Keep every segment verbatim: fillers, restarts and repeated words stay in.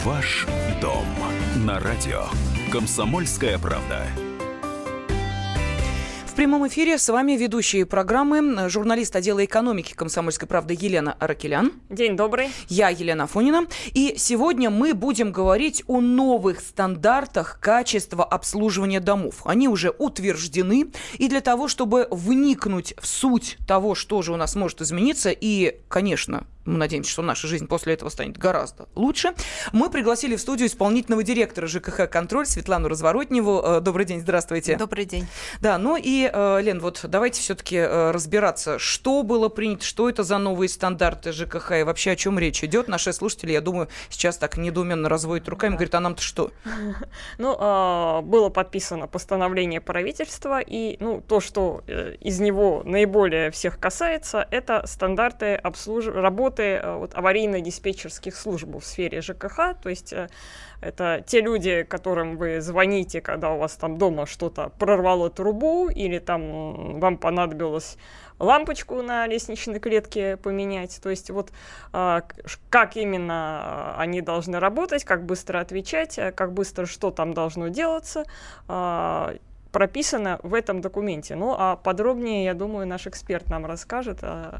Ваш дом на радио «Комсомольская правда». В прямом эфире с вами ведущие программы, журналист отдела экономики «Комсомольской правды» Елена Аракелян. День добрый. Я Елена Афонина. И сегодня мы будем говорить о новых стандартах качества обслуживания домов. Они уже утверждены. И для того, чтобы вникнуть в суть того, что же у нас может измениться, и, конечно, мы надеемся, что наша жизнь после этого станет гораздо лучше, мы пригласили в студию исполнительного директора ЖКХ «Контроль» Светлану Разворотневу. Добрый день, здравствуйте. Добрый день. Да, ну и, Лен, вот давайте все-таки разбираться, что было принято, что это за новые стандарты ЖКХ и вообще о чем речь идет. Наши слушатели, я думаю, сейчас так недоуменно разводят руками, говорят, а нам-то что? Ну, было подписано постановление правительства, и ну, то, что из него наиболее всех касается, это стандарты обслуживания, работы вот, аварийно-диспетчерских служб в сфере ЖКХ, то есть это те люди, которым вы звоните, когда у вас там дома что-то прорвало трубу, или там вам понадобилось лампочку на лестничной клетке поменять. То есть вот э, как именно они должны работать, как быстро отвечать, как быстро что там должно делаться, э, прописано в этом документе. Ну а подробнее, я думаю, наш эксперт нам расскажет. Э,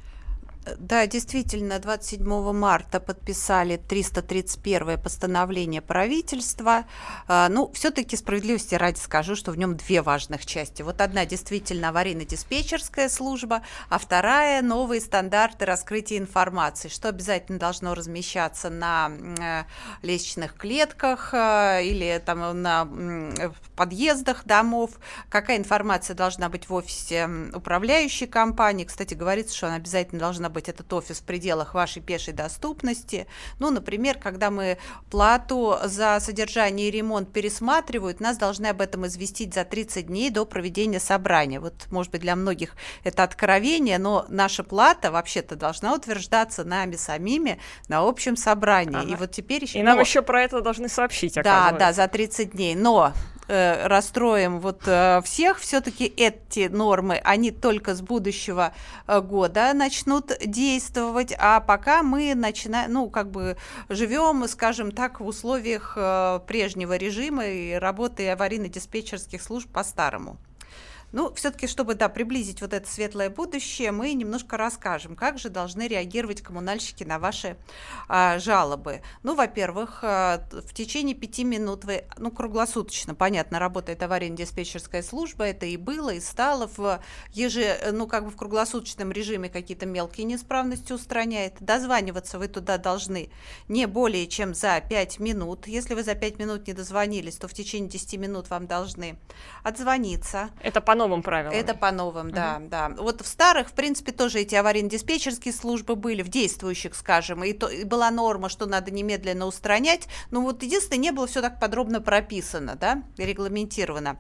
Да, действительно, двадцать седьмого марта подписали триста тридцать первое постановление правительства. Ну, все-таки справедливости ради скажу, что в нем две важных части. Вот одна действительно аварийно-диспетчерская служба, а вторая — новые стандарты раскрытия информации, что обязательно должно размещаться на лестничных клетках или там на подъездах домов, какая информация должна быть в офисе управляющей компании. Кстати, говорится, что она обязательно должна быть, этот офис, в пределах вашей пешей доступности. Ну, например, когда мы плату за содержание и ремонт пересматривают, нас должны об этом известить за тридцать дней до проведения собрания. Вот, может быть, для многих это откровение, но наша плата вообще-то должна утверждаться нами самими на общем собрании. Ага. И вот теперь еще... И нам но... еще про это должны сообщить, оказывается. Да, да, за тридцать дней. Но э, расстроим вот э, всех, все-таки эти нормы, они только с будущего э, года начнут действовать, а пока мы начинаем, ну, как бы живем, скажем так, в условиях э, прежнего режима и работы аварийно-диспетчерских служб по-старому. Ну, все-таки, чтобы, да, приблизить вот это светлое будущее, мы немножко расскажем, как же должны реагировать коммунальщики на ваши а, жалобы. Ну, во-первых, а, в течение пяти минут вы, ну, круглосуточно, понятно, работает аварийно-диспетчерская служба, это и было, и стало в еже, ну, как бы в круглосуточном режиме какие-то мелкие неисправности устраняет. Дозваниваться вы туда должны не более чем за пять минут. Если вы за пять минут не дозвонились, то в течение десяти минут вам должны отзвониться. Это по новым правилам. Это по новым, угу. да, да. Вот в старых, в принципе, тоже эти аварийно-диспетчерские службы были, в действующих, скажем, и, то, и была норма, что надо немедленно устранять, но вот единственное, не было все так подробно прописано, да, регламентировано.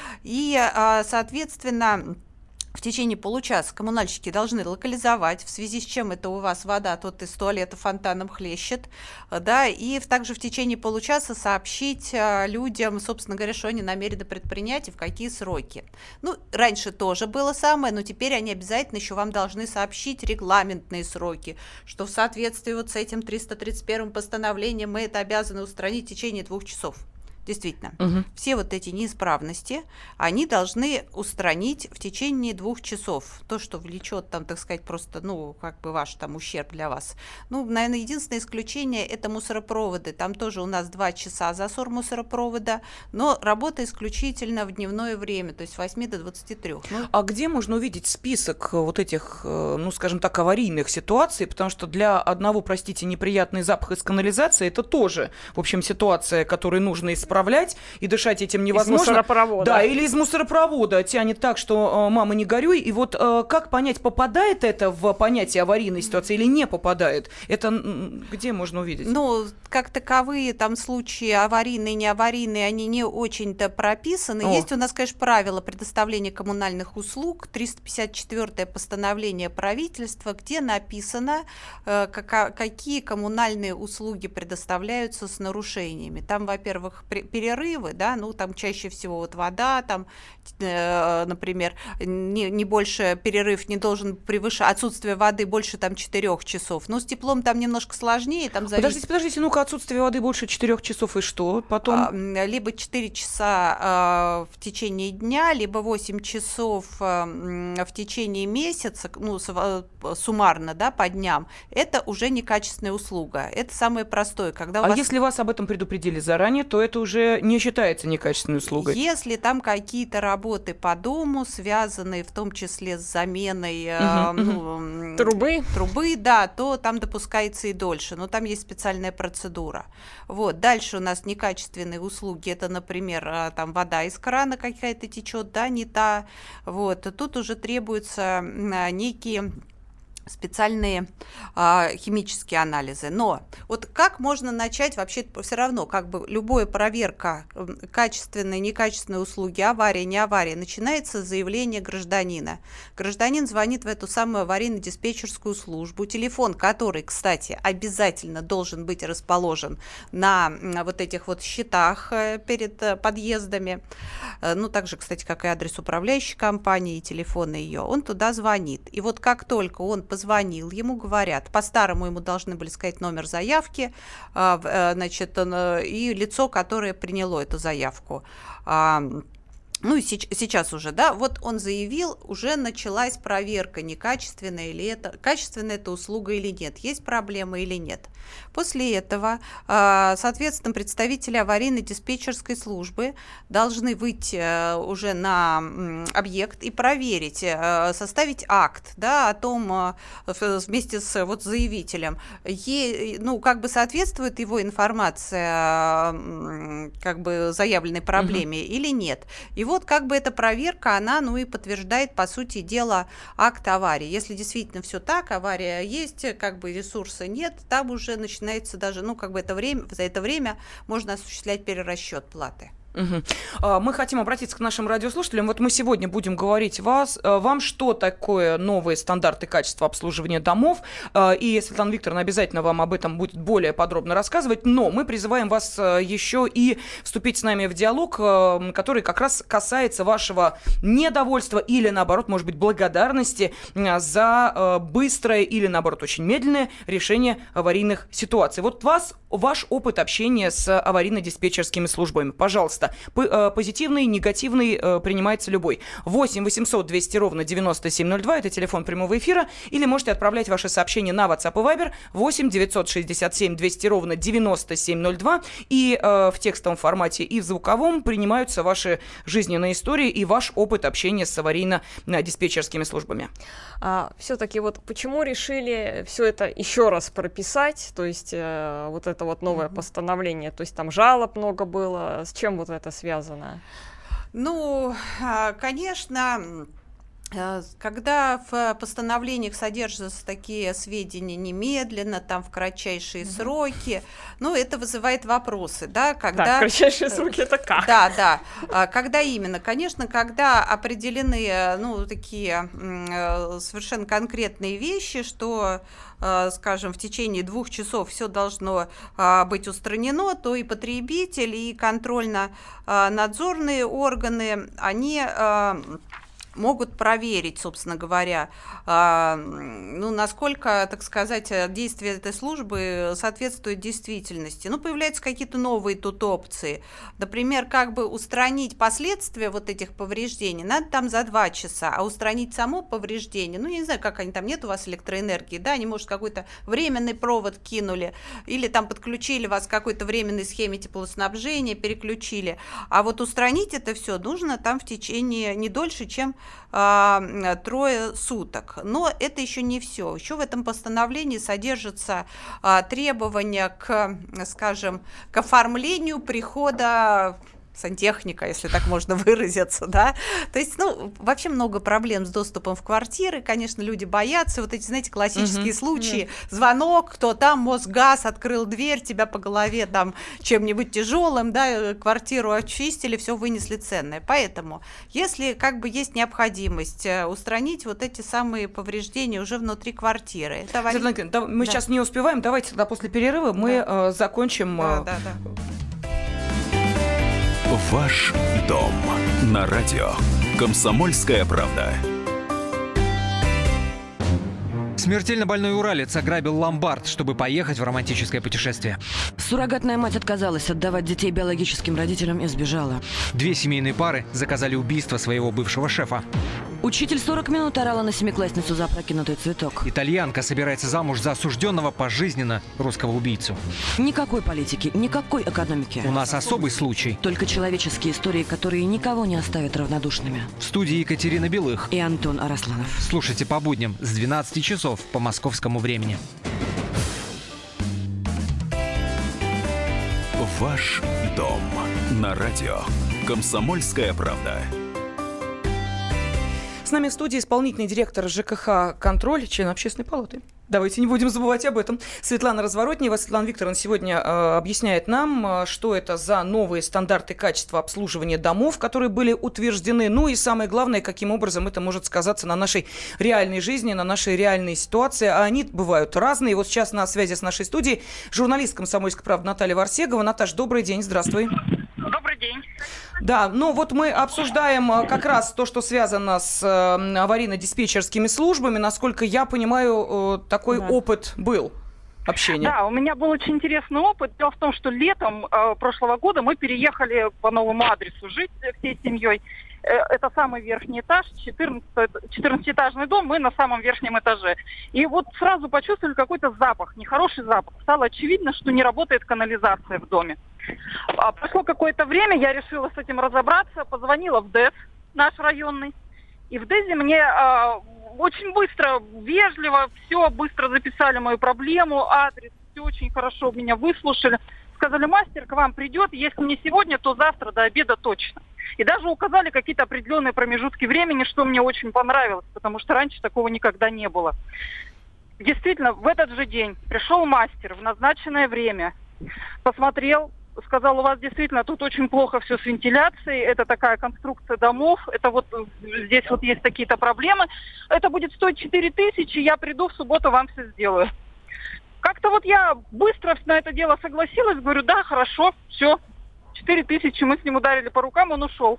И, соответственно, в течение получаса коммунальщики должны локализовать, в связи с чем это у вас вода тут из туалета фонтаном хлещет, да, и также в течение получаса сообщить людям, собственно говоря, что они намерены предпринять и в какие сроки. Ну, раньше тоже было самое, но теперь они обязательно еще вам должны сообщить регламентные сроки, что в соответствии вот с этим триста тридцать первым постановлением мы это обязаны устранить в течение двух часов. Действительно, угу. Все вот эти неисправности, они должны устранить в течение двух часов. То, что влечет там, так сказать, просто, ну, как бы ваш там ущерб для вас. Ну, наверное, единственное исключение – это мусоропроводы. Там тоже у нас два часа засор мусоропровода, но работа исключительно в дневное время, то есть с восьми до двадцати трёх. Ну, а где можно увидеть список вот этих, ну, скажем так, аварийных ситуаций? Потому что для одного, простите, неприятный запах из канализации – это тоже, в общем, ситуация, которую нужно исправить. И дышать этим невозможно. Из мусоропровода. Да, или из мусоропровода тянет так, что мама не горюй. И вот как понять, попадает это в понятие аварийной ситуации или не попадает? Это где можно увидеть? Ну, как таковые там случаи аварийные, не аварийные, они не очень-то прописаны. О. Есть у нас, конечно, правила предоставления коммунальных услуг, триста пятьдесят четвёртое постановление правительства, где написано, какие коммунальные услуги предоставляются с нарушениями. Там, во-первых, перерывы, да, ну, там чаще всего вот вода, там, э, например, не, не больше, перерыв не должен превышать, отсутствие воды больше там четырех часов. Ну, с теплом там немножко сложнее, там зависит... Подождите, подождите, ну-ка, отсутствие воды больше четырех часов, и что потом? Либо четыре часа э, в течение дня, либо восемь часов э, в течение месяца, ну, суммарно, да, по дням, это уже некачественная услуга. Это самое простое. Когда у а вас... если вас об этом предупредили заранее, то это уже не считается некачественной услугой? Если там какие-то работы по дому, связанные в том числе с заменой э, uh-huh, ну, uh-huh. трубы. трубы, да, то там допускается и дольше, но там есть специальная процедура. Вот. Дальше у нас некачественные услуги, это, например, там вода из крана какая-то течет, да, не та. Вот. Тут уже требуются некие специальные а, химические анализы. Но вот как можно начать вообще все равно, как бы любая проверка качественной, некачественной услуги, авария, не авария, начинается с заявления гражданина. Гражданин звонит в эту самую аварийно-диспетчерскую службу, телефон, который, кстати, обязательно должен быть расположен на, на вот этих вот щитах перед подъездами, ну, так же, кстати, как и адрес управляющей компании и телефоны ее, он туда звонит. И вот как только он позвонил, ему говорят, по-старому ему должны были сказать номер заявки, значит, и лицо, которое приняло эту заявку. Ну и сейчас уже, да, вот он заявил, уже началась проверка, некачественная ли это, качественная это услуга или нет, есть проблема или нет. После этого, соответственно, представители аварийно-диспетчерской службы должны выйти уже на объект и проверить, составить акт, да, о том, вместе с вот заявителем, е, ну, как бы соответствует его информация как бы заявленной проблеме угу. или нет. И вот как бы эта проверка, она, ну и подтверждает, по сути дела, акт аварии. Если действительно все так, авария есть, как бы ресурса нет, там уже начинается даже, ну, как бы это время, за это время можно осуществлять перерасчет платы. Угу. Мы хотим обратиться к нашим радиослушателям. Вот мы сегодня будем говорить вас, вам, что такое новые стандарты качества обслуживания домов. И Светлана Викторовна обязательно вам об этом будет более подробно рассказывать. Но мы призываем вас еще и вступить с нами в диалог, который как раз касается вашего недовольства или, наоборот, может быть, благодарности за быстрое или, наоборот, очень медленное решение аварийных ситуаций. Вот вас, ваш опыт общения с аварийно-диспетчерскими службами. Пожалуйста. Позитивный, негативный, принимается любой. восемь восемьсот двести ровно девяносто семь ноль два, это телефон прямого эфира, или можете отправлять ваши сообщения на WhatsApp и Viber восемь девятьсот шестьдесят семь двести ровно девяносто семь ноль два, и э, в текстовом формате и в звуковом принимаются ваши жизненные истории и ваш опыт общения с аварийно-диспетчерскими службами. А, все-таки вот почему решили все это еще раз прописать, то есть э, вот это вот новое mm-hmm. постановление, то есть там жалоб много было, с чем вот это связано? Ну, конечно, когда в постановлениях содержатся такие сведения немедленно, там в кратчайшие mm-hmm. сроки, ну, это вызывает вопросы, да, когда... Так, кратчайшие сроки это как? Да, да. Когда именно? Конечно, когда определены, ну, такие совершенно конкретные вещи, что, скажем, в течение двух часов все должно быть устранено, то и потребитель, и контрольно-надзорные органы, они... могут проверить, собственно говоря, э, ну, насколько, так сказать, действие этой службы соответствует действительности. Ну, появляются какие-то новые тут опции. Например, как бы устранить последствия вот этих повреждений надо там за два часа, а устранить само повреждение, ну, я не знаю, как они там, нет у вас электроэнергии, да, они, может, какой-то временный провод кинули, или там подключили вас к какой-то временной схеме теплоснабжения, переключили. А вот устранить это все нужно там в течение не дольше, чем трое суток. Но это еще не все. Еще в этом постановлении содержатся а, требования к, скажем, к оформлению прихода сантехника, если так можно выразиться, да, то есть, ну, вообще много проблем с доступом в квартиры, конечно, люди боятся, вот эти, знаете, классические uh-huh. случаи, uh-huh. звонок, кто там, Мосгаз, открыл дверь, тебя по голове там чем-нибудь тяжелым, да, квартиру очистили, все вынесли ценное, поэтому, если как бы есть необходимость устранить вот эти самые повреждения уже внутри квартиры, это вари... мы да. сейчас не успеваем, давайте тогда после перерыва мы да. э, закончим. Да, да, да. Ваш дом на радио «Комсомольская правда». Смертельно больной уралец ограбил ломбард, чтобы поехать в романтическое путешествие. Суррогатная мать отказалась отдавать детей биологическим родителям и сбежала. Две семейные пары заказали убийство своего бывшего шефа. Учитель сорок минут орала на семиклассницу за опрокинутый цветок. Итальянка собирается замуж за осужденного пожизненно русского убийцу. Никакой политики, никакой экономики. У нас особый случай. Только человеческие истории, которые никого не оставят равнодушными. В студии Екатерина Белых и Антон Арасланов. Слушайте по будням с двенадцати часов по московскому времени. Ваш дом на радио «Комсомольская правда». С нами в студии исполнительный директор ЖКХ «Контроль», член Общественной палаты. Давайте не будем забывать об этом. Светлана Разворотнева. Светлана Викторовна сегодня э, объясняет нам, э, что это за новые стандарты качества обслуживания домов, которые были утверждены. Ну и самое главное, каким образом это может сказаться на нашей реальной жизни, на нашей реальной ситуации. А они бывают разные. Вот сейчас на связи с нашей студией журналист «Комсомольской правды» Наталья Варсегова. Наташ, добрый день, здравствуй. Добрый день. Да, ну вот мы обсуждаем как раз то, что связано с э, аварийно-диспетчерскими службами. Насколько я понимаю, э, такой да. опыт был общения. Да, у меня был очень интересный опыт. Дело в том, что летом э, прошлого года мы переехали по новому адресу жить всей семьей. Э, это самый верхний этаж, четырнадцатиэтажный дом, мы на самом верхнем этаже. И вот сразу почувствовали какой-то запах, нехороший запах. Стало очевидно, что не работает канализация в доме. А прошло какое-то время, я решила с этим разобраться, позвонила в ДЭС, наш районный, и в ДЭСе мне э, очень быстро, вежливо, все быстро записали мою проблему, адрес, все очень хорошо меня выслушали. Сказали, мастер к вам придет, если не сегодня, то завтра до обеда точно. И даже указали какие-то определенные промежутки времени, что мне очень понравилось, потому что раньше такого никогда не было. Действительно, в этот же день пришел мастер в назначенное время, посмотрел, сказал, у вас действительно тут очень плохо все с вентиляцией, это такая конструкция домов, это вот здесь вот есть какие-то проблемы, это будет стоить четыре тысячи, я приду в субботу, вам все сделаю. Как-то вот я быстро на это дело согласилась, говорю, да, хорошо, все, четыре тысячи, мы с ним ударили по рукам, он ушел.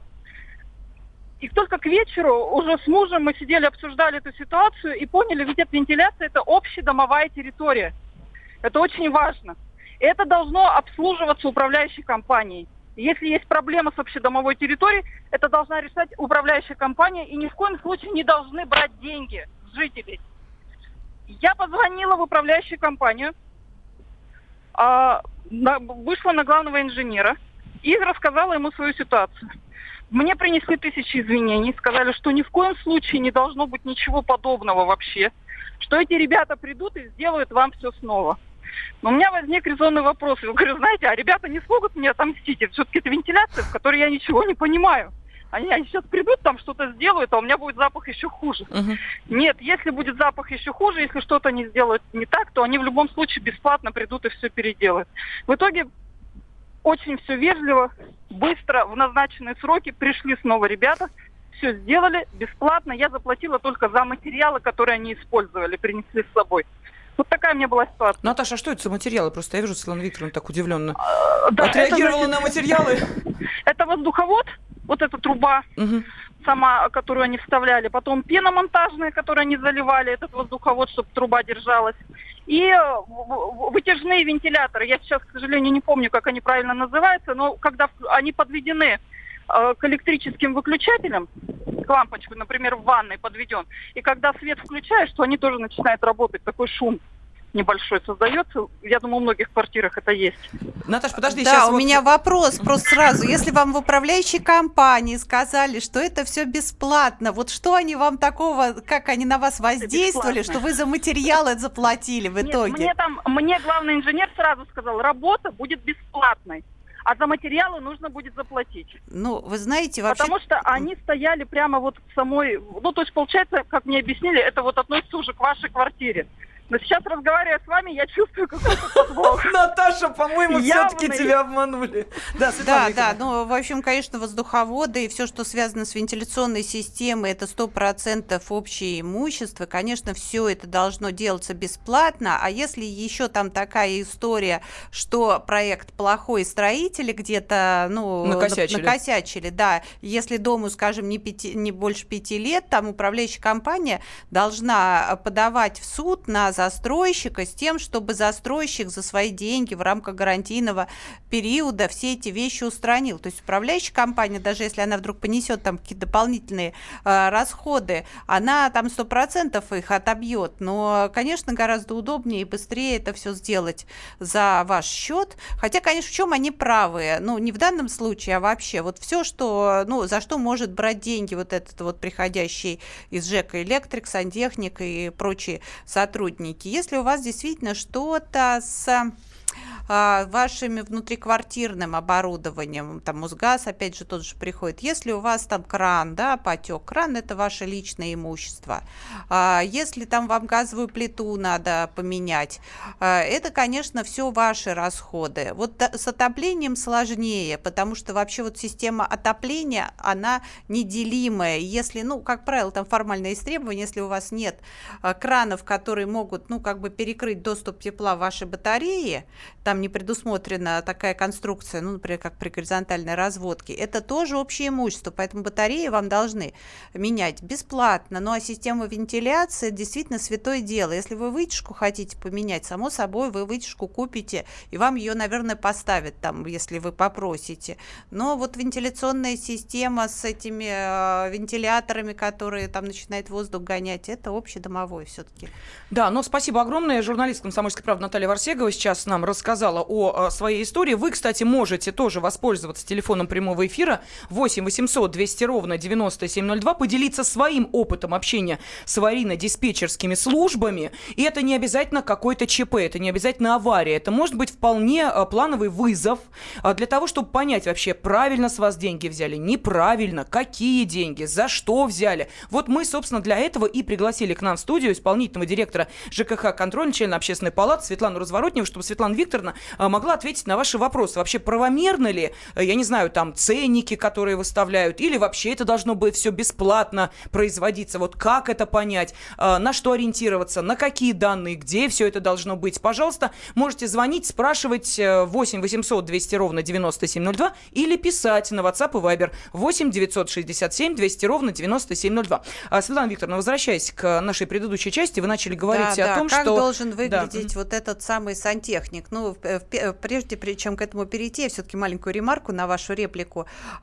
И только к вечеру уже с мужем мы сидели, обсуждали эту ситуацию и поняли, ведь эта вентиляция это общедомовая территория, это очень важно. Это должно обслуживаться управляющей компанией. Если есть проблема с общедомовой территорией, это должна решать управляющая компания, и ни в коем случае не должны брать деньги с жителей. Я позвонила в управляющую компанию, вышла на главного инженера и рассказала ему свою ситуацию. Мне принесли тысячи извинений, сказали, что ни в коем случае не должно быть ничего подобного вообще, что эти ребята придут и сделают вам все снова. Но у меня возник резонный вопрос. Я говорю, знаете, а ребята не смогут мне отомстить? Это все-таки это вентиляция, в которой я ничего не понимаю. Они, они сейчас придут, там что-то сделают, а у меня будет запах еще хуже. Uh-huh. Нет, если будет запах еще хуже, если что-то они сделают не так, то они в любом случае бесплатно придут и все переделают. В итоге очень все вежливо, быстро, в назначенные сроки пришли снова ребята, все сделали бесплатно. Я заплатила только за материалы, которые они использовали, принесли с собой. Вот такая у меня была ситуация. Наташа, а что это за материалы? Просто я вижу, Светлана Викторовна так удивленно а, да, отреагировала это, на материалы. Это воздуховод, вот эта труба, угу. сама, которую они вставляли. Потом пеномонтажная, которую они заливали, этот воздуховод, чтобы труба держалась. И вытяжные вентиляторы. Я сейчас, к сожалению, не помню, как они правильно называются, но когда они подведены к электрическим выключателям, к лампочку, например, в ванной подведен, и когда свет включаешь, то они тоже начинают работать, такой шум небольшой создается. Я думаю, у многих квартирах это есть. Наташ, подожди, да, сейчас у вот... меня вопрос просто сразу. Если вам в управляющей компании сказали, что это все бесплатно, вот что они вам такого, как они на вас воздействовали, что вы за материалы заплатили в итоге? Нет, мне там, мне главный инженер сразу сказал, работа будет бесплатной. А за материалы нужно будет заплатить. Ну, вы знаете, вообще... Потому что они стояли прямо вот в самой... Ну, то есть, получается, как мне объяснили, это вот относится уже к вашей квартире. Но сейчас, разговаривая с вами, я чувствую какой-то подвох. Наташа, по-моему, все-таки Явный. тебя обманули. Да, Светлана Да, да, Викторовна. ну, в общем, конечно, воздуховоды и все, что связано с вентиляционной системой, это сто процентов общее имущество. Конечно, все это должно делаться бесплатно, а если еще там такая история, что проект плохой, строители где-то, ну, Накосячили. накосячили, да, если дому, скажем, не, пяти, не больше пяти лет, там управляющая компания должна подавать в суд на застройщика с тем, чтобы застройщик за свои деньги в рамках гарантийного периода все эти вещи устранил. То есть управляющая компания, даже если она вдруг понесет там какие-то дополнительные э, расходы, она там сто процентов их отобьет. Но, конечно, гораздо удобнее и быстрее это все сделать за ваш счет. Хотя, конечно, в чем они правы? Ну, не в данном случае, а вообще. Вот все, что, ну, за что может брать деньги вот этот вот приходящий из ЖЭКа электрик, сантехник и прочие сотрудники. Если у вас действительно что-то с вашим внутриквартирным оборудованием, там Мосгаз, опять же, тот же приходит. Если у вас там кран, да, потек, кран – это ваше личное имущество. Если там вам газовую плиту надо поменять, это, конечно, все ваши расходы. Вот с отоплением сложнее, потому что вообще вот система отопления, она неделимая. Если, ну, как правило, там формальные требования, если у вас нет кранов, которые могут, ну, как бы перекрыть доступ тепла в вашей батареи, там не предусмотрена такая конструкция, ну, например, как при горизонтальной разводке, это тоже общее имущество, поэтому батареи вам должны менять бесплатно. Ну, а система вентиляции действительно святое дело. Если вы вытяжку хотите поменять, само собой, вы вытяжку купите, и вам ее, наверное, поставят там, если вы попросите. Но вот вентиляционная система с этими э, вентиляторами, которые там начинают воздух гонять, это общедомовой все-таки. Да, ну, спасибо огромное. Журналист «Комсомольской правды» Наталья Варсегова сейчас нам рассказала о, о своей истории. Вы, кстати, можете тоже воспользоваться телефоном прямого эфира восемь восемьсот двести ровно девяносто семь ноль два, поделиться своим опытом общения с аварийно-диспетчерскими службами. И это не обязательно какой-то ЧП, это не обязательно авария. Это может быть вполне а, плановый вызов а, для того, чтобы понять вообще, правильно с вас деньги взяли, неправильно, какие деньги, за что взяли. Вот мы, собственно, для этого и пригласили к нам в студию исполнительного директора ЖКХ «Контроль», члена Общественной палаты Светлану Разворотневу, чтобы Светлана Викторовна могла ответить на ваши вопросы. Вообще правомерно ли, я не знаю, там ценники, которые выставляют, или вообще это должно быть все бесплатно производиться? Вот как это понять, на что ориентироваться, на какие данные, где все это должно быть? Пожалуйста, можете звонить, спрашивать восемь восемьсот двести ровно девяносто семь ноль два или писать на WhatsApp и Viber восемь девятьсот шестьдесят семь двести ровно девяносто семь ноль два. Светлана Викторовна, возвращаясь к нашей предыдущей части, вы начали говорить да, о да, том, как что... должен выглядеть да. вот этот самый сантехник. Ну, прежде чем к этому перейти, я все-таки маленькую ремарку на вашу реплику.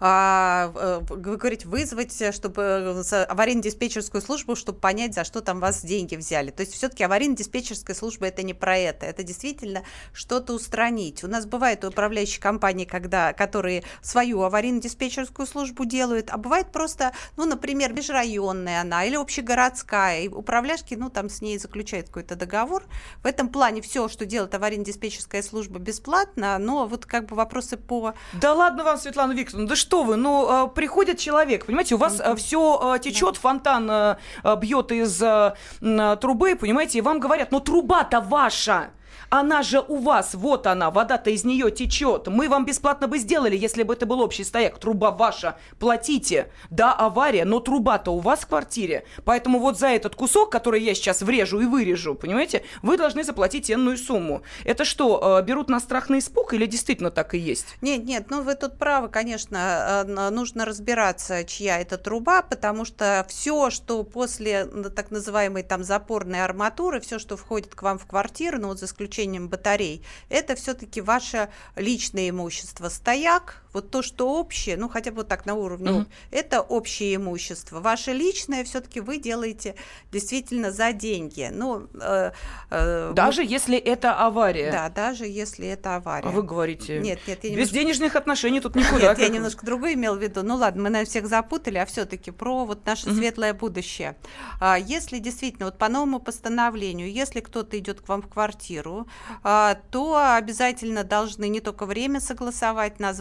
А, вы говорите, вызвать, чтобы аварийно-диспетчерскую службу, чтобы понять, за что там вас деньги взяли. То есть все-таки аварийно-диспетчерская служба — это не про это. Это действительно что-то устранить. У нас бывает управляющие компании, когда, которые свою аварийно-диспетчерскую службу делают, а бывает просто, ну, например, межрайонная она или общегородская. И управляшки, ну, там с ней заключают какой-то договор. В этом плане все, что делает аварийно-диспетчерская служба, бесплатно, но вот как бы вопросы по... Да ладно вам, Светлана Викторовна, да что вы, ну, э, приходит человек, понимаете, у вас э, все э, течет, да. фонтан э, бьет из э, э, трубы, понимаете, и вам говорят, но труба-то ваша. Она же у вас, вот она, вода-то из нее течет. Мы вам бесплатно бы сделали, если бы это был общий стояк. Труба ваша, платите. Да, авария, но труба-то у вас в квартире. Поэтому вот за этот кусок, который я сейчас врежу и вырежу, понимаете, вы должны заплатить энную сумму. Это что, берут на страх на испуг или действительно так и есть? Нет, нет, ну вы тут правы, конечно, нужно разбираться, чья это труба, потому что все, что после так называемой там запорной арматуры, все, что входит к вам в квартиру, ну вот за исключением батарей, это все-таки ваше личное имущество. Стояк, вот то, что общее, ну хотя бы вот так на уровне, mm-hmm. это общее имущество. Ваше личное все-таки вы делаете действительно за деньги. Ну, э, э, даже мы... если это авария? Да, даже если это авария. А вы говорите, нет, нет, я без немножко... денежных отношений тут никуда. Нет, я немножко другое имела в виду. Ну ладно, мы, наверное, всех запутали, а все-таки про вот наше mm-hmm. светлое будущее. А, если действительно, вот по новому постановлению, если кто-то идет к вам в квартиру, то обязательно должны не только время согласовать, назвать фамилию,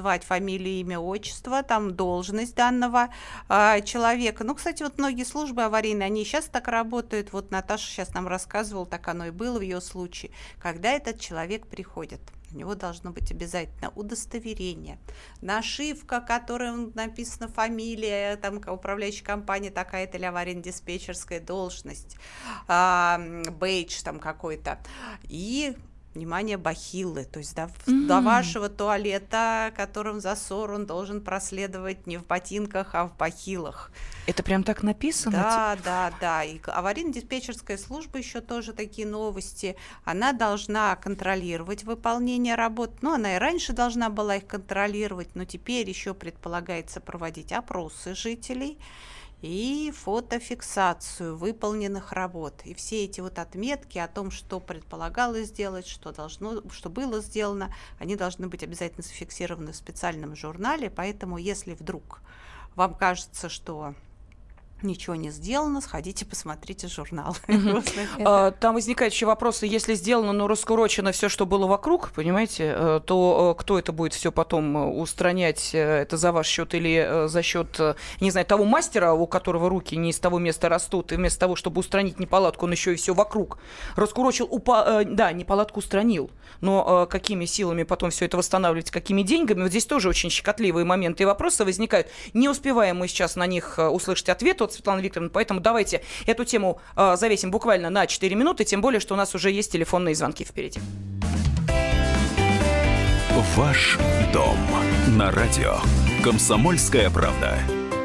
фамилия, имя, отчество, там должность данного а, человека. Ну, кстати, вот многие службы аварийные, они сейчас так работают. Вот Наташа сейчас нам рассказывала, так оно и было в ее случае. Когда этот человек приходит, у него должно быть обязательно удостоверение, нашивка, которой написана фамилия, там, управляющей компании такая-то или аварийно-диспетчерская должность, а, бейдж там какой-то, и, внимание, бахилы, то есть до, mm-hmm. до вашего туалета, которым засор, он должен проследовать не в ботинках, а в бахилах. Это прям так написано? Да, да, да. И аварийно-диспетчерская служба, еще тоже такие новости, она должна контролировать выполнение работ. Ну, она и раньше должна была их контролировать, но теперь еще предполагается проводить опросы жителей и фотофиксацию выполненных работ. И все эти вот отметки о том, что предполагалось сделать, что должно, что было сделано, они должны быть обязательно зафиксированы в специальном журнале. Поэтому, если вдруг вам кажется, что ничего не сделано, сходите, посмотрите журнал. Там возникает еще вопрос, если сделано, но раскурочено все, что было вокруг, понимаете, то кто это будет все потом устранять? Это за ваш счет или за счет, не знаю, того мастера, у которого руки не из того места растут, и вместо того, чтобы устранить неполадку, он еще и все вокруг раскурочил, упа... да, неполадку устранил, но какими силами потом все это восстанавливать, какими деньгами? Вот здесь тоже очень щекотливые моменты и вопросы возникают. Не успеваем мы сейчас на них услышать ответ от Светланы Викторовны, поэтому давайте эту тему э, завесим буквально на четыре минуты, тем более, что у нас уже есть телефонные звонки впереди. Ваш дом на радио «Комсомольская правда».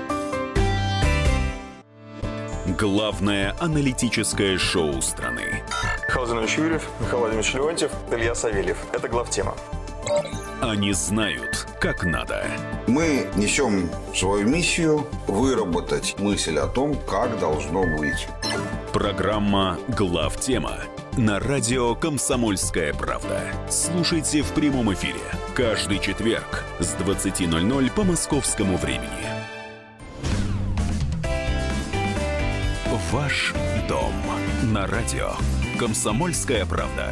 Главное аналитическое шоу страны. Михаил Владимирович Юрьев, Михаил Владимирович Леонтьев, Илья Савельев. Это главтема. Они знают, как надо. Мы несем свою миссию выработать мысль о том, как должно быть. Программа «Главтема» на радио «Комсомольская правда». Слушайте в прямом эфире каждый четверг с двадцати ноль-ноль по московскому времени. Ваш дом на радио «Комсомольская правда».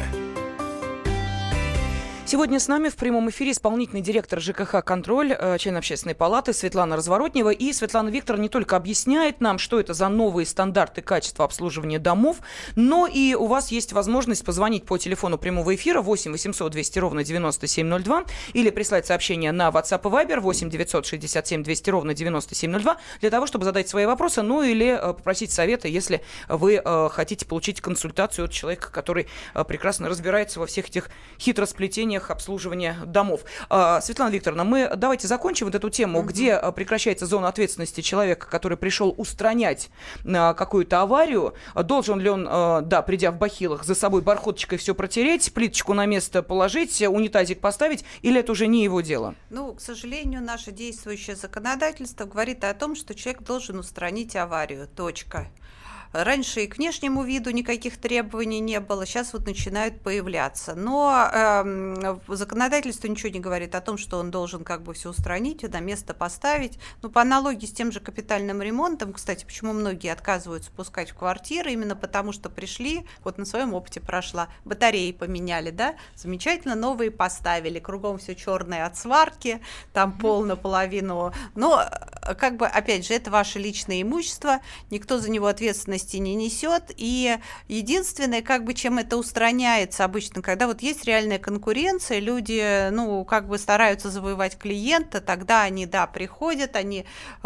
Сегодня с нами в прямом эфире исполнительный директор ЖКХ «Контроль», член Общественной палаты Светлана Разворотнева. И Светлана Викторовна не только объясняет нам, что это за новые стандарты качества обслуживания домов, но и у вас есть возможность позвонить по телефону прямого эфира восемь восемьсот двести ровно девяносто семь ноль два или прислать сообщение на WhatsApp и Viber восемь девятьсот шестьдесят семь двести ровно девяносто семь ноль два для того, чтобы задать свои вопросы, ну или попросить совета, если вы хотите получить консультацию от человека, который прекрасно разбирается во всех этих хитросплетениях обслуживания домов. А, Светлана Викторовна, мы давайте закончим вот эту тему, mm-hmm. где прекращается зона ответственности человека, который пришел устранять а, какую-то аварию. Должен ли он, а, да, придя в бахилах, за собой бархоточкой все протереть, плиточку на место положить, унитазик поставить, или это уже не его дело? Ну, к сожалению, наше действующее законодательство говорит о том, что человек должен устранить аварию. Точка. Раньше и к внешнему виду никаких требований не было, сейчас вот начинают появляться. Но э, законодательство ничего не говорит о том, что он должен как бы все устранить, на место поставить. Ну, по аналогии с тем же капитальным ремонтом, кстати, почему многие отказываются пускать в квартиры, именно потому что пришли, вот на своем опыте прошла, батареи поменяли, да, замечательно, новые поставили, кругом все черное от сварки, там пол наполовину. Но, как бы, опять же, это ваше личное имущество, никто за него ответственность не несет, и единственное, как бы, чем это устраняется обычно, когда вот есть реальная конкуренция, люди, ну, как бы стараются завоевать клиента, тогда они, да, приходят, они,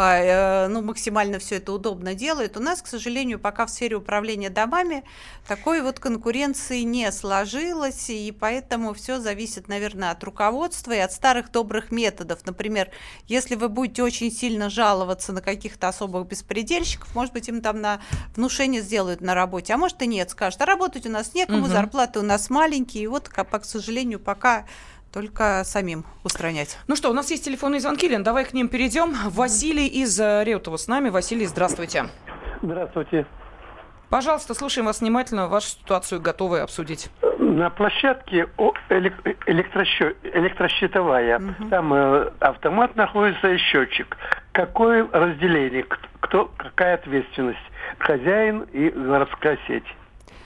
э, ну, максимально все это удобно делают. У нас, к сожалению, пока в сфере управления домами такой вот конкуренции не сложилось, и поэтому все зависит, наверное, от руководства и от старых добрых методов. Например, если вы будете очень сильно жаловаться на каких-то особых беспредельщиков, может быть, им там на внушение сделают на работе, а может и нет, скажут, а работать у нас некому, угу. зарплаты у нас маленькие, и вот, к сожалению, пока только самим устранять. Ну что, у нас есть телефонные звонки, Лен, давай к ним перейдем. Василий из Реутова с нами. Василий, здравствуйте. Здравствуйте. Пожалуйста, слушаем вас внимательно, вашу ситуацию готовы обсудить. На площадке электросчет, электрощитовая, угу. там э, автомат находится и счетчик. Какое разделение, кто, какая ответственность? Хозяин и городская сеть.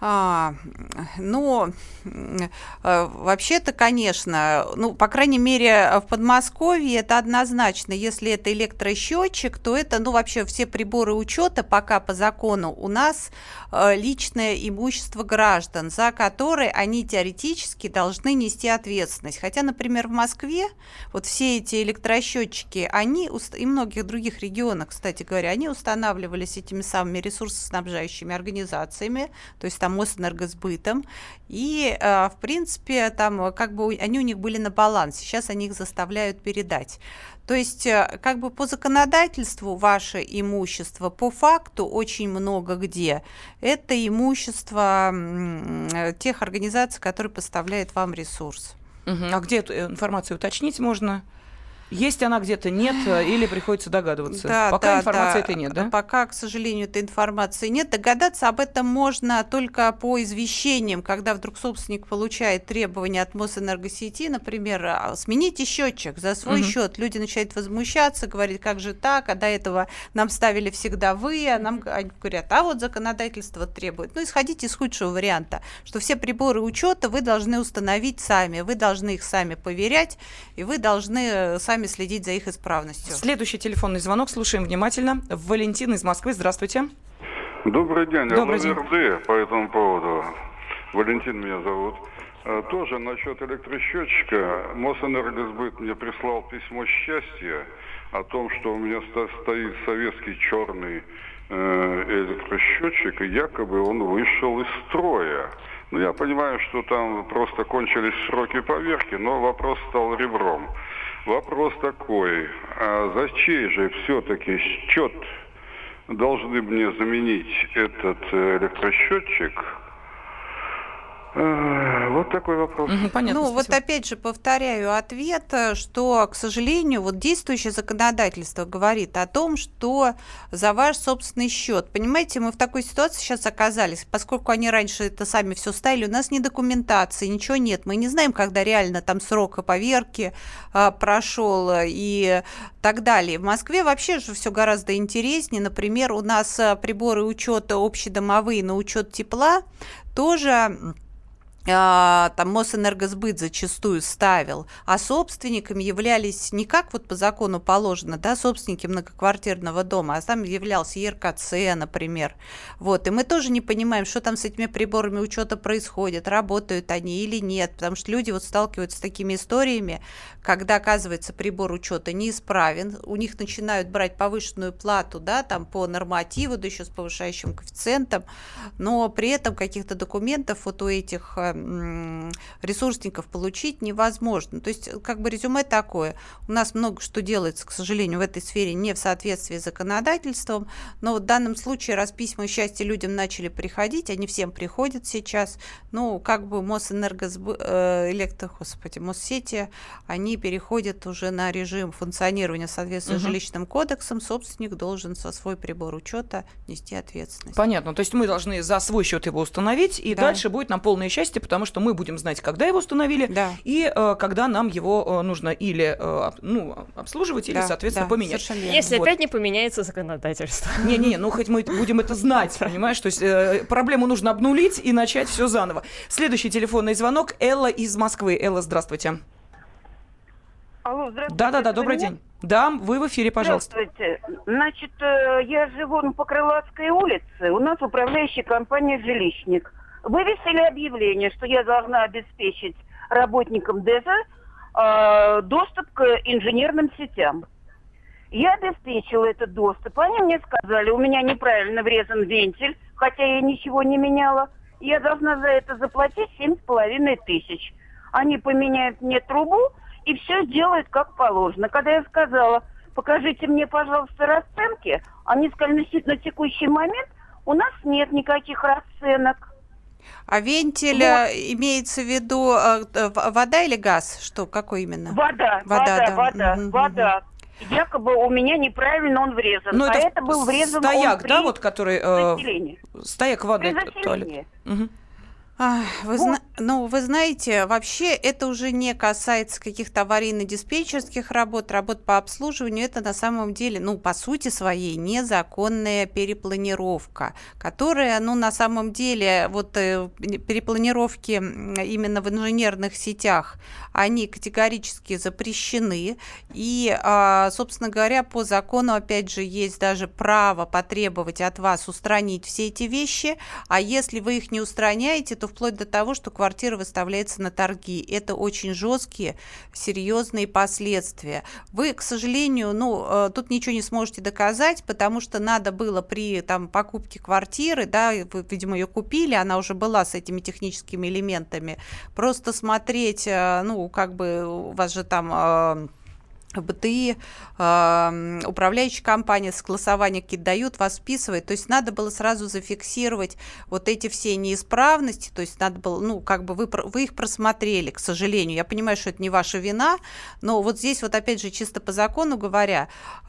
А, ну, вообще-то, конечно, ну, по крайней мере, в Подмосковье это однозначно. Если это электросчетчик, то это, ну, вообще все приборы учета пока по закону у нас личное имущество граждан, за которое они теоретически должны нести ответственность. Хотя, например, в Москве вот все эти электросчетчики, они и многих других регионах, кстати говоря, они устанавливались этими самыми ресурсоснабжающими организациями, то есть там Мосэнергосбытом, и, в принципе, там как бы они у них были на балансе, сейчас они их заставляют передать. То есть, как бы по законодательству ваше имущество, по факту очень много где, это имущество тех организаций, которые поставляют вам ресурс. Угу. А где эту информацию уточнить можно? Есть она где-то, нет, или приходится догадываться? Да, Пока да, информации да. этой нет, да? Пока, к сожалению, этой информации нет. Догадаться об этом можно только по извещениям, когда вдруг собственник получает требования от Мосэнергосети, например, смените счетчик за свой угу. счет. Люди начинают возмущаться, говорят, как же так, а до этого нам ставили всегда вы, а нам они говорят, а вот законодательство требует. Ну, исходите из худшего варианта, что все приборы учета вы должны установить сами, вы должны их сами поверять, и вы должны сами следить за их исправностью. Следующий телефонный звонок. Слушаем внимательно. Валентин из Москвы. Здравствуйте. Добрый день. Добрый я ЛРД по этому поводу. Валентин меня зовут. Тоже насчет электросчетчика. Мосэнергосбыт мне прислал письмо счастья о том, что у меня стоит советский черный электросчетчик, и якобы он вышел из строя. Ну, я понимаю, что там просто кончились сроки поверки, но вопрос стал ребром. Вопрос такой, а за чей же все-таки счет должны мне заменить этот электросчетчик? Вот такой вопрос. Угу, понятно, ну, спасибо. Вот опять же повторяю ответ, что, к сожалению, вот действующее законодательство говорит о том, что за ваш собственный счет. Понимаете, мы в такой ситуации сейчас оказались, поскольку они раньше это сами все ставили, у нас ни документации, ничего нет. Мы не знаем, когда реально там срок поверки а, прошел и так далее. В Москве вообще же все гораздо интереснее. Например, у нас приборы учета общедомовые на учет тепла тоже... там Мосэнергосбыт зачастую ставил, а собственниками являлись не как вот по закону положено, да, собственники многоквартирного дома, а там являлся ЕРКЦ, например. Вот, и мы тоже не понимаем, что там с этими приборами учета происходит, работают они или нет, потому что люди вот сталкиваются с такими историями, когда, оказывается, прибор учета неисправен, у них начинают брать повышенную плату, да, там по нормативу, да еще с повышающим коэффициентом, но при этом каких-то документов вот у этих ресурсников получить невозможно. То есть, как бы резюме такое. У нас много что делается, к сожалению, в этой сфере не в соответствии с законодательством, но в данном случае, раз письма счастья людям начали приходить, они всем приходят сейчас, ну, как бы Мосэнергосбыт, э, электро, господи, Моссети, они переходят уже на режим функционирования в соответствии с жилищным кодексом, собственник должен со свой прибор учета нести ответственность. Понятно. То есть мы должны за свой счет его установить, и да. дальше будет нам полное счастье, потому что мы будем знать, когда его установили, да. и э, когда нам его э, нужно или э, ну, обслуживать, или, да, соответственно, да, поменять. Если вот. опять не поменяется законодательство. Не-не, ну хоть мы будем это знать, понимаешь? То есть э, проблему нужно обнулить и начать все заново. Следующий телефонный звонок. Элла из Москвы. Элла, здравствуйте. Алло, здравствуйте. Да-да-да, добрый день. Да, вы в эфире, пожалуйста. Здравствуйте. Значит, я живу на Покрылатской улице. У нас управляющая компания «Жилищник». Вывесили объявление, что я должна обеспечить работникам ДЭЗа э, доступ к инженерным сетям. Я обеспечила этот доступ. Они мне сказали, у меня неправильно врезан вентиль, хотя я ничего не меняла. Я должна за это заплатить семь с половиной тысяч. Они поменяют мне трубу и все сделают как положено. Когда я сказала, покажите мне, пожалуйста, расценки, они сказали, на текущий момент у нас нет никаких расценок. А вентиль вот. Имеется в виду э, вода или газ? Что, какой именно? Вода, вода, вода, да. вода, угу, вода. Якобы у меня неправильно он врезан. Ну, а это, это был врезан стояк, он при да, вот который... Э, стояк воды. При заселении. Угу. А, вы, зна- ну, вы знаете, вообще это уже не касается каких-то аварийно-диспетчерских работ, работ по обслуживанию. Это на самом деле, ну, по сути своей, незаконная перепланировка, которая, ну, на самом деле, вот э, перепланировки именно в инженерных сетях, они категорически запрещены. И, э, собственно говоря, по закону, опять же, есть даже право потребовать от вас устранить все эти вещи, а если вы их не устраняете, то вплоть до того, что квартира выставляется на торги. Это очень жесткие, серьезные последствия. Вы, к сожалению, ну, тут ничего не сможете доказать, потому что надо было при там, покупке квартиры, да, вы, видимо, ее купили, она уже была с этими техническими элементами, просто смотреть, ну, как бы у вас же там... БТИ, э, управляющая компания, согласования какие-то дают, вас списывает. То есть надо было сразу зафиксировать вот эти все неисправности. То есть надо было, ну, как бы вы, вы их просмотрели, к сожалению. Я понимаю, что это не ваша вина, но вот здесь вот опять же чисто по закону говоря,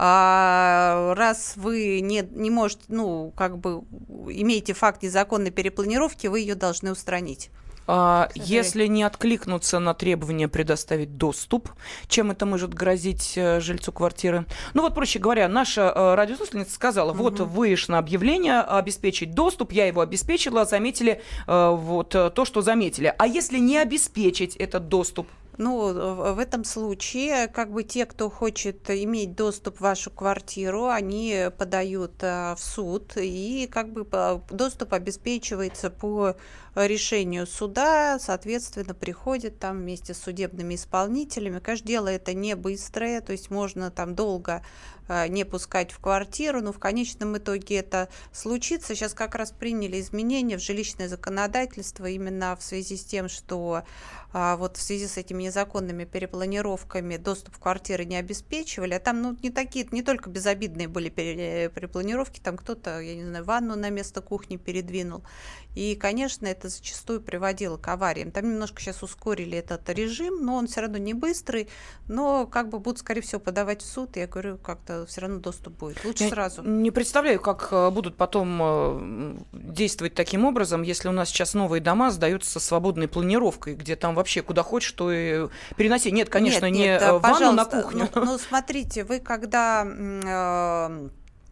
э, раз вы не, не можете, ну, как бы имеете факт незаконной перепланировки, вы ее должны устранить. А, если не откликнуться на требование предоставить доступ, чем это может грозить э, жильцу квартиры? Ну вот, проще говоря, наша э, радиослушательница сказала, угу. вот вышло объявление обеспечить доступ, я его обеспечила, заметили э, вот э, то, что заметили. А если не обеспечить этот доступ? Ну, в этом случае, как бы те, кто хочет иметь доступ в вашу квартиру, они подают в суд, и как бы доступ обеспечивается по решению суда, соответственно, приходит там вместе с судебными исполнителями. Конечно, дело это не быстрое, то есть можно там долго не пускать в квартиру, но в конечном итоге это случится. Сейчас как раз приняли изменения в жилищное законодательство именно в связи с тем, что а, вот в связи с этими незаконными перепланировками доступ в квартиры не обеспечивали, а там ну, не такие, не только безобидные были перепланировки, там кто-то, я не знаю, ванну на место кухни передвинул. И, конечно, это зачастую приводило к авариям. Там немножко сейчас ускорили этот режим, но он все равно не быстрый, но как бы будут, скорее всего, подавать в суд, я говорю, как-то все равно доступ будет. Лучше я сразу. Не представляю, как будут потом действовать таким образом, если у нас сейчас новые дома сдаются со свободной планировкой, где там вообще куда хочешь, то и переноси. Нет, конечно, нет, нет, не ванну пожалуйста, на кухню. Ну, ну, смотрите, вы когда... Э-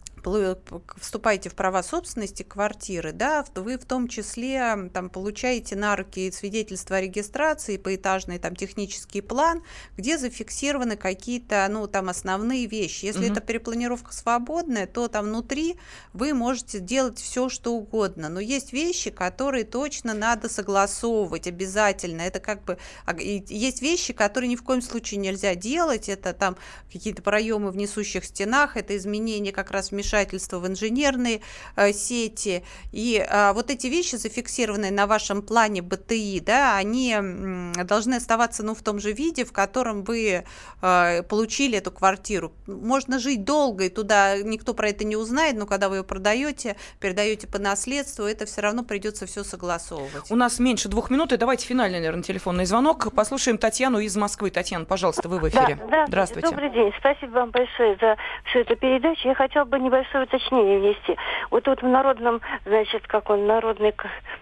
вступаете в права собственности квартиры, да, вы в том числе там получаете на руки свидетельство о регистрации, поэтажный там технический план, где зафиксированы какие-то, ну, там основные вещи. Если угу. это перепланировка свободная, то там внутри вы можете делать все, что угодно. Но есть вещи, которые точно надо согласовывать обязательно. Это как бы есть вещи, которые ни в коем случае нельзя делать. Это там какие-то проемы в несущих стенах, это изменение как раз вмешательства в инженерные э, сети. И э, вот эти вещи, зафиксированные на вашем плане БТИ, да, они м, должны оставаться ну, в том же виде, в котором вы э, получили эту квартиру. Можно жить долго, и туда никто про это не узнает, но когда вы ее продаете, передаете по наследству, это все равно придется все согласовывать. У нас меньше двух минут, и давайте финальный, наверное, телефонный звонок. Послушаем Татьяну из Москвы. Татьяна, пожалуйста, вы в эфире. Да, здравствуйте. Добрый день. Спасибо вам большое за всю эту передачу. Я хотела бы небольшое уточнение внести. Вот тут в народном, значит, как он, народный...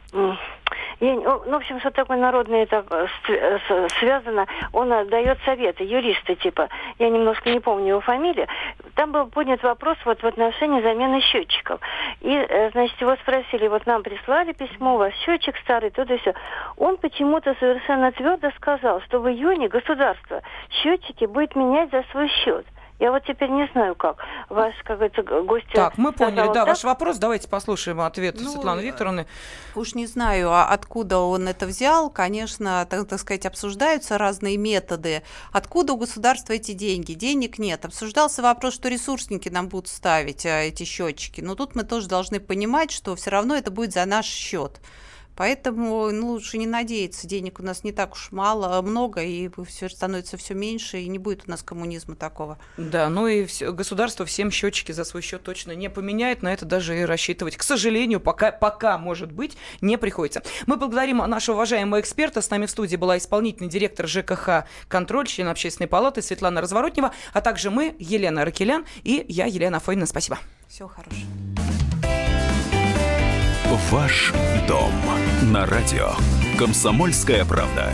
Я, ну, в общем, что такое народное это связано, он дает советы, юристы типа, я немножко не помню его фамилию, там был поднят вопрос вот в отношении замены счетчиков. И, значит, его спросили, вот нам прислали письмо, у вас счетчик старый, то да все. Он почему-то совершенно твердо сказал, что в июне государство счетчики будет менять за свой счет. Я вот теперь не знаю, как. Ваш, как говорится, гость... Так, мы поняли, да, так? ваш вопрос. Давайте послушаем ответ ну, Светланы Викторовны. Уж не знаю, откуда он это взял. Конечно, так, так сказать, обсуждаются разные методы. Откуда у государства эти деньги? Денег нет. Обсуждался вопрос, что ресурсники нам будут ставить эти счетчики. Но тут мы тоже должны понимать, что все равно это будет за наш счет. Поэтому ну, лучше не надеяться, денег у нас не так уж мало, много, и все становится все меньше, и не будет у нас коммунизма такого. Да, ну и все, государство всем счетчики за свой счет точно не поменяет, на это даже и рассчитывать, к сожалению, пока, пока может быть, не приходится. Мы благодарим нашего уважаемого эксперта, с нами в студии была исполнительный директор ЖКХ «Контроль», член Общественной палаты Светлана Разворотнева, а также мы, Елена Ракелян и я, Елена Афонина. Спасибо. Всего хорошего. Ваш дом на радио «Комсомольская правда».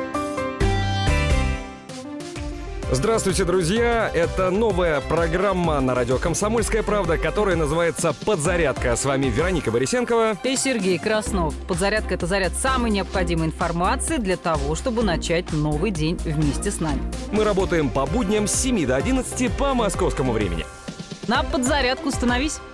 Здравствуйте, друзья! Это новая программа на радио «Комсомольская правда», которая называется «Подзарядка». С вами Вероника Борисенкова и Сергей Краснов. Подзарядка – это заряд самой необходимой информации для того, чтобы начать новый день вместе с нами. Мы работаем по будням с семи до одиннадцати по московскому времени. На подзарядку становись!